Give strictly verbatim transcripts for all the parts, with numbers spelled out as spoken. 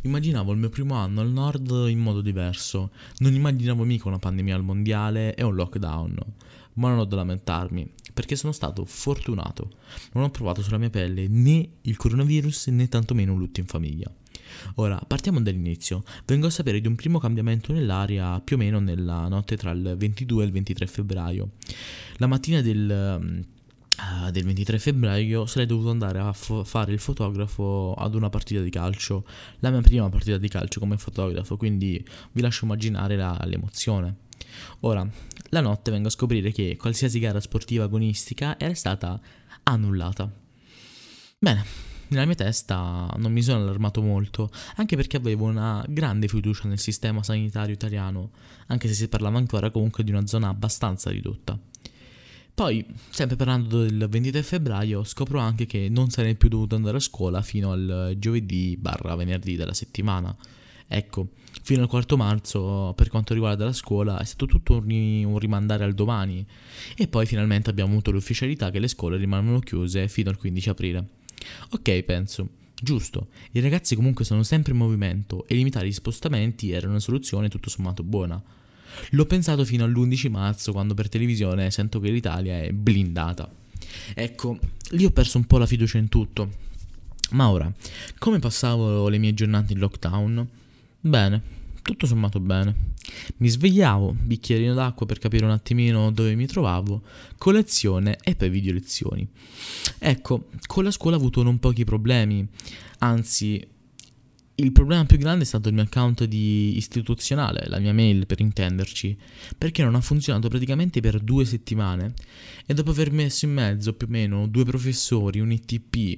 Immaginavo il mio primo anno al nord in modo diverso. Non immaginavo mica una pandemia al mondiale e un lockdown. Ma non ho da lamentarmi, perché sono stato fortunato. Non ho provato sulla mia pelle né il coronavirus né tantomeno un lutto in famiglia. Ora, partiamo dall'inizio. Vengo a sapere di un primo cambiamento nell'aria più o meno nella notte tra il ventidue e il ventitré febbraio. La mattina del... Uh, del ventitré febbraio sarei dovuto andare a fo- fare il fotografo ad una partita di calcio, la mia prima partita di calcio come fotografo, quindi vi lascio immaginare la- l'emozione. Ora, la notte vengo a scoprire che qualsiasi gara sportiva agonistica era stata annullata. Bene, nella mia testa non mi sono allarmato molto, anche perché avevo una grande fiducia nel sistema sanitario italiano, anche se si parlava ancora comunque di una zona abbastanza ridotta. Poi, sempre parlando del ventitré febbraio, scopro anche che non sarei più dovuto andare a scuola fino al giovedì barra venerdì della settimana. Ecco, fino al quarto marzo, per quanto riguarda la scuola, è stato tutto un, ri- un rimandare al domani. E poi finalmente abbiamo avuto l'ufficialità che le scuole rimangono chiuse fino al quindici aprile. Ok, penso. Giusto, i ragazzi comunque sono sempre in movimento e limitare gli spostamenti era una soluzione tutto sommato buona. L'ho pensato fino all'undici marzo, quando per televisione sento che l'Italia è blindata. Ecco, lì ho perso un po' la fiducia in tutto. Ma ora, come passavo le mie giornate in lockdown? Bene, tutto sommato bene. Mi svegliavo, bicchierino d'acqua per capire un attimino dove mi trovavo, colazione e poi video lezioni. Ecco, con la scuola ho avuto non pochi problemi, anzi... Il problema più grande è stato il mio account di istituzionale, la mia mail per intenderci, perché non ha funzionato praticamente per due settimane e dopo aver messo in mezzo più o meno due professori, un I T P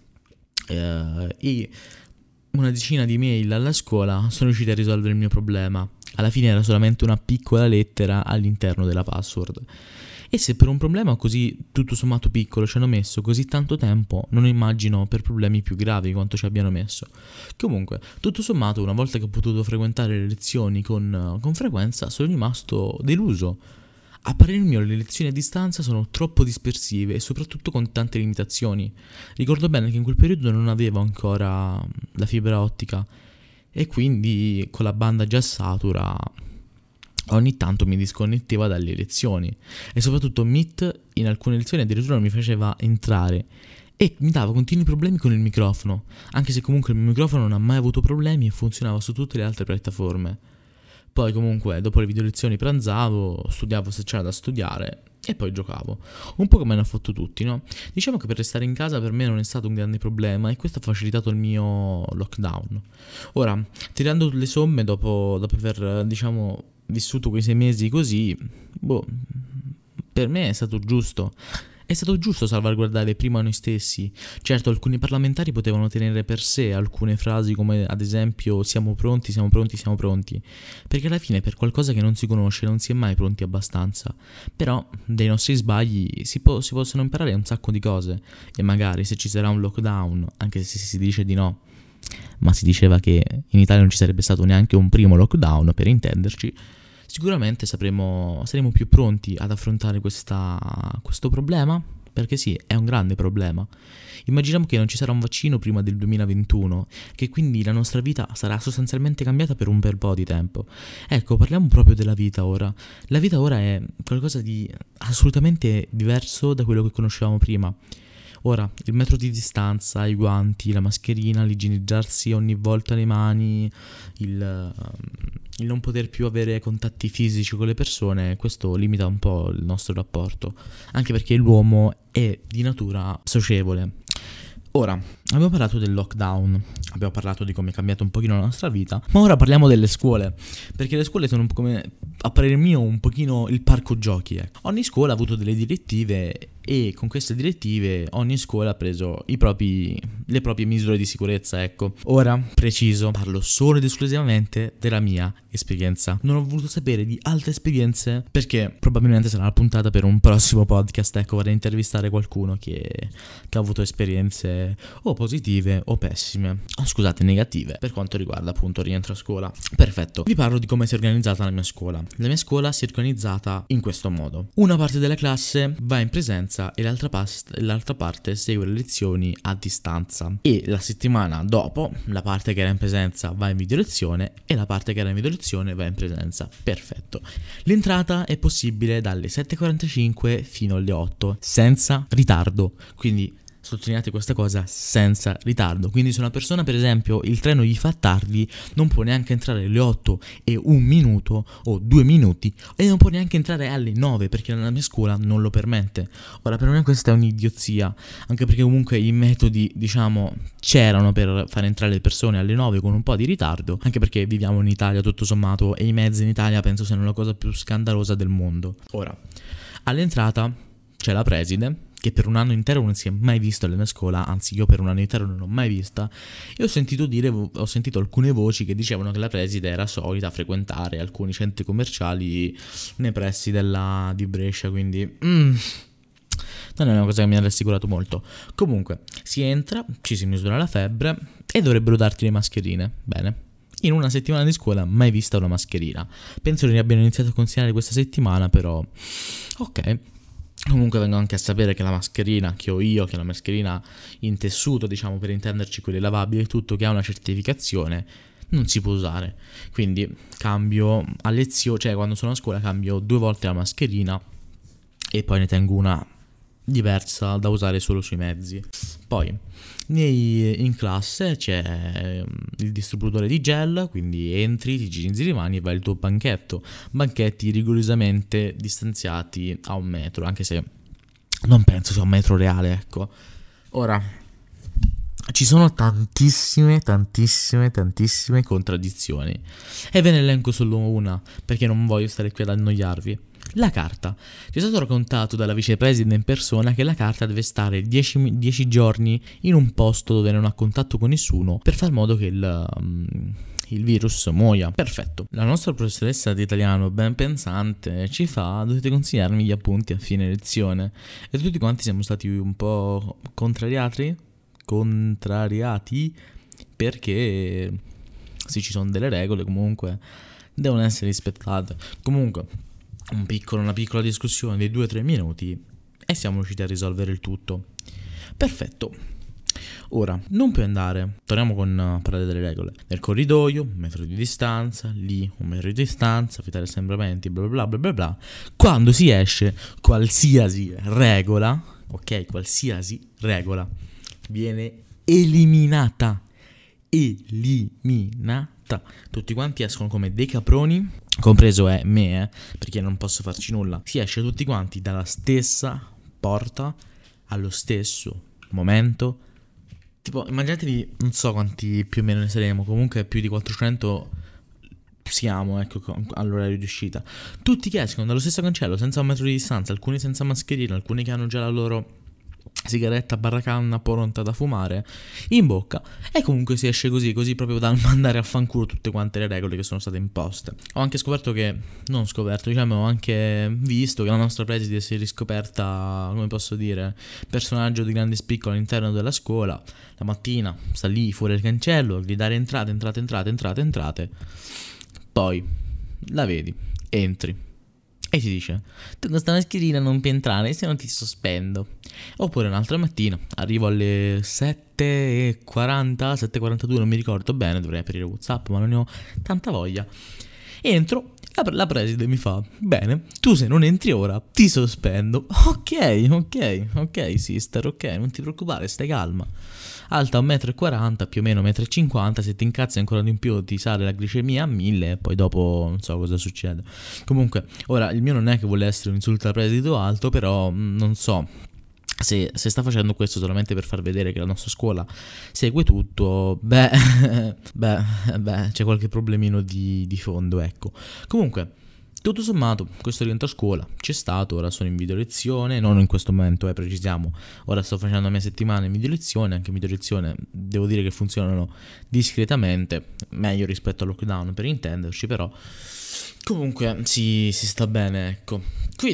eh, e una decina di mail alla scuola sono riusciti a risolvere il mio problema. Alla fine era solamente una piccola lettera all'interno della password. E se per un problema così tutto sommato piccolo ci hanno messo così tanto tempo, non immagino per problemi più gravi quanto ci abbiano messo. Comunque, tutto sommato, una volta che ho potuto frequentare le lezioni con, con frequenza, sono rimasto deluso. A parer mio le lezioni a distanza sono troppo dispersive e soprattutto con tante limitazioni. Ricordo bene che in quel periodo non avevo ancora la fibra ottica e quindi con la banda già satura ogni tanto mi disconnetteva dalle lezioni e soprattutto Meet in alcune lezioni addirittura non mi faceva entrare e mi dava continui problemi con il microfono, anche se comunque il mio microfono non ha mai avuto problemi e funzionava su tutte le altre piattaforme. Poi comunque dopo le video lezioni pranzavo, studiavo se c'era da studiare e poi giocavo. Un po' come hanno fatto tutti, no? Diciamo che per restare in casa per me non è stato un grande problema e questo ha facilitato il mio lockdown. Ora, tirando le somme dopo, dopo aver, diciamo, vissuto quei sei mesi così, boh, per me è stato giusto. È stato giusto salvaguardare prima noi stessi. Certo, alcuni parlamentari potevano tenere per sé alcune frasi come ad esempio siamo pronti, siamo pronti, siamo pronti, perché alla fine per qualcosa che non si conosce non si è mai pronti abbastanza. Però dai nostri sbagli si, po- si possono imparare un sacco di cose e magari se ci sarà un lockdown, anche se si dice di no, ma si diceva che in Italia non ci sarebbe stato neanche un primo lockdown per intenderci, sicuramente sapremo, saremo più pronti ad affrontare questa, questo problema, perché sì, è un grande problema. Immaginiamo che non ci sarà un vaccino prima del duemilaventuno, che quindi la nostra vita sarà sostanzialmente cambiata per un bel po' di tempo. Ecco, parliamo proprio della vita ora. La vita ora è qualcosa di assolutamente diverso da quello che conoscevamo prima. Ora, il metro di distanza, i guanti, la mascherina, l'igienizzarsi ogni volta le mani, il, il non poter più avere contatti fisici con le persone, questo limita un po' il nostro rapporto, anche perché l'uomo è di natura socievole. Ora, abbiamo parlato del lockdown, abbiamo parlato di come è cambiato un pochino la nostra vita, ma ora parliamo delle scuole, perché le scuole sono un po' come, a parer mio, un pochino il parco giochi. Eh. Ogni scuola ha avuto delle direttive e con queste direttive ogni scuola ha preso i propri, le proprie misure di sicurezza, ecco. Ora, preciso, parlo solo ed esclusivamente della mia esperienza. Non ho voluto sapere di altre esperienze perché probabilmente sarà la puntata per un prossimo podcast, ecco, vorrei intervistare qualcuno che, che ha avuto esperienze o positive o pessime, oh, scusate, negative, per quanto riguarda appunto il rientro a scuola. Perfetto, vi parlo di come si è organizzata la mia scuola. La mia scuola si è organizzata in questo modo: una parte della classe va in presenza e l'altra, pas- l'altra parte segue le lezioni a distanza, e la settimana dopo la parte che era in presenza va in video lezione e la parte che era in video lezione va in presenza. Perfetto. L'entrata è possibile dalle sette e quarantacinque fino alle otto, senza ritardo, quindi sottolineate questa cosa, senza ritardo. Quindi se una persona, per esempio, il treno gli fa tardi, non può neanche entrare alle otto e un minuto o due minuti, e non può neanche entrare alle nove, perché la mia scuola non lo permette. Ora, per me questa è un'idiozia, anche perché comunque i metodi, diciamo, c'erano per far entrare le persone alle nove con un po' di ritardo, anche perché viviamo in Italia tutto sommato, e i mezzi in Italia penso siano la cosa più scandalosa del mondo. Ora, all'entrata c'è la preside, che per un anno intero non si è mai vista alla mia scuola, anzi io per un anno intero non l'ho mai vista, e ho sentito dire, ho sentito alcune voci che dicevano che la preside era solita frequentare alcuni centri commerciali nei pressi della, di Brescia, quindi mm, non è una cosa che mi ha rassicurato molto. Comunque, si entra, ci si misura la febbre e dovrebbero darti le mascherine, bene. In una settimana di scuola mai vista una mascherina. Penso che ne abbiano iniziato a consigliare questa settimana, però ok. Comunque vengo anche a sapere che la mascherina che ho io, che è la mascherina in tessuto, diciamo, per intenderci, quelle lavabili e tutto, che ha una certificazione, non si può usare. Quindi cambio a lezione, cioè quando sono a scuola cambio due volte la mascherina e poi ne tengo una diversa da usare solo sui mezzi. Poi nei, in classe c'è il distributore di gel, quindi entri, ti igienizzi le mani e vai al tuo banchetto. Banchetti rigorosamente distanziati a un metro, anche se non penso sia un metro reale, ecco. Ora, ci sono tantissime, tantissime, tantissime contraddizioni e ve ne elenco solo una, perché non voglio stare qui ad annoiarvi. La carta. Ci è stato raccontato dalla vicepresidente in persona che la carta deve stare dieci giorni in un posto dove non ha contatto con nessuno, per far modo che il, um, il virus muoia. Perfetto. La nostra professoressa di italiano, ben pensante, ci fa: dovete consigliarmi gli appunti a fine lezione. E tutti quanti siamo stati un po' contrariati, contrariati perché se ci sono delle regole comunque devono essere rispettate. Comunque un piccolo, una piccola discussione di due o tre minuti e siamo riusciti a risolvere il tutto. Perfetto. Ora, non puoi andare, torniamo con uh, parlare delle regole. Nel corridoio, un metro di distanza, lì un metro di distanza, evitare assembramenti, bla bla bla bla bla. Quando si esce, qualsiasi regola, ok, qualsiasi regola viene eliminata. Eliminata. Tutti quanti escono come dei caproni, compreso è me, eh, perché non posso farci nulla. Si esce tutti quanti dalla stessa porta allo stesso momento. Tipo, immaginatevi, non so quanti più o meno ne saremo, comunque più di quattrocento siamo, ecco, all'orario di uscita. Tutti che escono dallo stesso cancello, senza un metro di distanza, alcuni senza mascherina, alcuni che hanno già la loro sigaretta barra canna pronta da fumare in bocca, e comunque si esce così, così proprio da mandare a fanculo tutte quante le regole che sono state imposte. Ho anche scoperto che, non scoperto, diciamo, ho anche visto che la nostra preside si è riscoperta, come posso dire, personaggio di grande spicco all'interno della scuola. La mattina sta lì fuori al cancello a gridare: entrate, entrate, entrate, entrate, entrate. Poi la vedi, entri e ti dice: tu con sta mascherina non puoi entrare, se no ti sospendo. Oppure un'altra mattina arrivo alle sette e quaranta, sette e quarantadue, non mi ricordo bene, dovrei aprire WhatsApp ma non ne ho tanta voglia. Entro, la, la preside mi fa: bene, tu se non entri ora ti sospendo. Ok, ok, ok sister, ok, non ti preoccupare, stai calma. Alta un metro e quaranta, più o meno un metro e cinquanta, se ti incazzi ancora di più ti sale la glicemia a mille e poi dopo non so cosa succede. Comunque, ora il mio non è che vuole essere un insulto al preside o altro, però mh, non so se, se sta facendo questo solamente per far vedere che la nostra scuola segue tutto. Beh, beh, beh, c'è qualche problemino di, di fondo, ecco. Comunque, tutto sommato, questo rientro a scuola c'è stato, ora sono in video lezione, non in questo momento, eh, precisiamo, ora sto facendo la mia settimana in video lezione, anche in video lezione devo dire che funzionano discretamente, meglio rispetto al lockdown per intenderci, però comunque si, si sta bene, ecco. Quindi,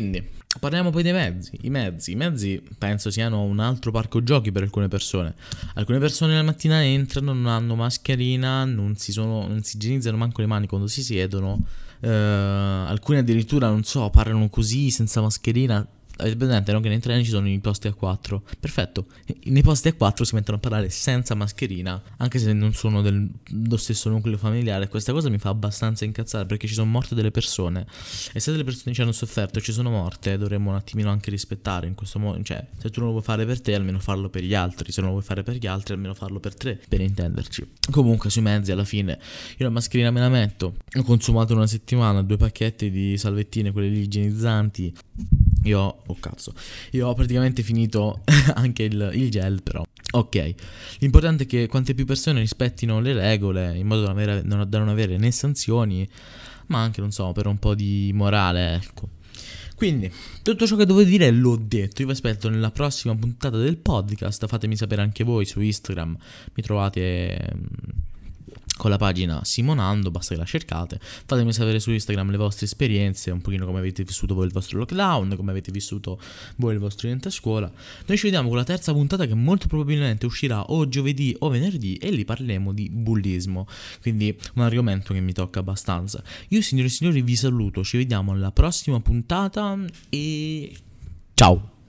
Parliamo poi dei mezzi. I mezzi, i mezzi penso siano un altro parco giochi per alcune persone. Alcune persone la mattina entrano, non hanno mascherina, non si, sono, non si igienizzano manco le mani quando si siedono. Eh, alcuni addirittura, non so, parlano così senza mascherina. Avete presente, no? Che nei treni ci sono i posti a quattro. Perfetto. Nei posti a quattro si mettono a parlare senza mascherina, anche se non sono dello stesso nucleo familiare. Questa cosa mi fa abbastanza incazzare, perché ci sono morte delle persone. E se delle persone ci hanno sofferto e ci sono morte, dovremmo un attimino anche rispettare in questo modo. Cioè, se tu non lo vuoi fare per te, almeno farlo per gli altri. Se non lo vuoi fare per gli altri, almeno farlo per te, per intenderci. Comunque, sui mezzi, alla fine, io la mascherina me la metto. Ho consumato una settimana due pacchetti di salvettine, quelle lì igienizzanti. Io ho, oh cazzo, io ho praticamente finito anche il, il gel, però. Ok, l'importante è che quante più persone rispettino le regole, in modo da non avere, non, da non avere né sanzioni, ma anche, non so, per un po' di morale, ecco. Quindi, tutto ciò che dovevo dire l'ho detto. Io vi aspetto nella prossima puntata del podcast. Fatemi sapere anche voi su Instagram. Mi trovate con la pagina Simonando, basta che la cercate. Fatemi sapere su Instagram le vostre esperienze, un pochino come avete vissuto voi il vostro lockdown, come avete vissuto voi il vostro niente a scuola. Noi ci vediamo con la terza puntata, che molto probabilmente uscirà o giovedì o venerdì, e lì parleremo di bullismo, quindi un argomento che mi tocca abbastanza. Io, signore e signori, vi saluto, ci vediamo alla prossima puntata e ciao!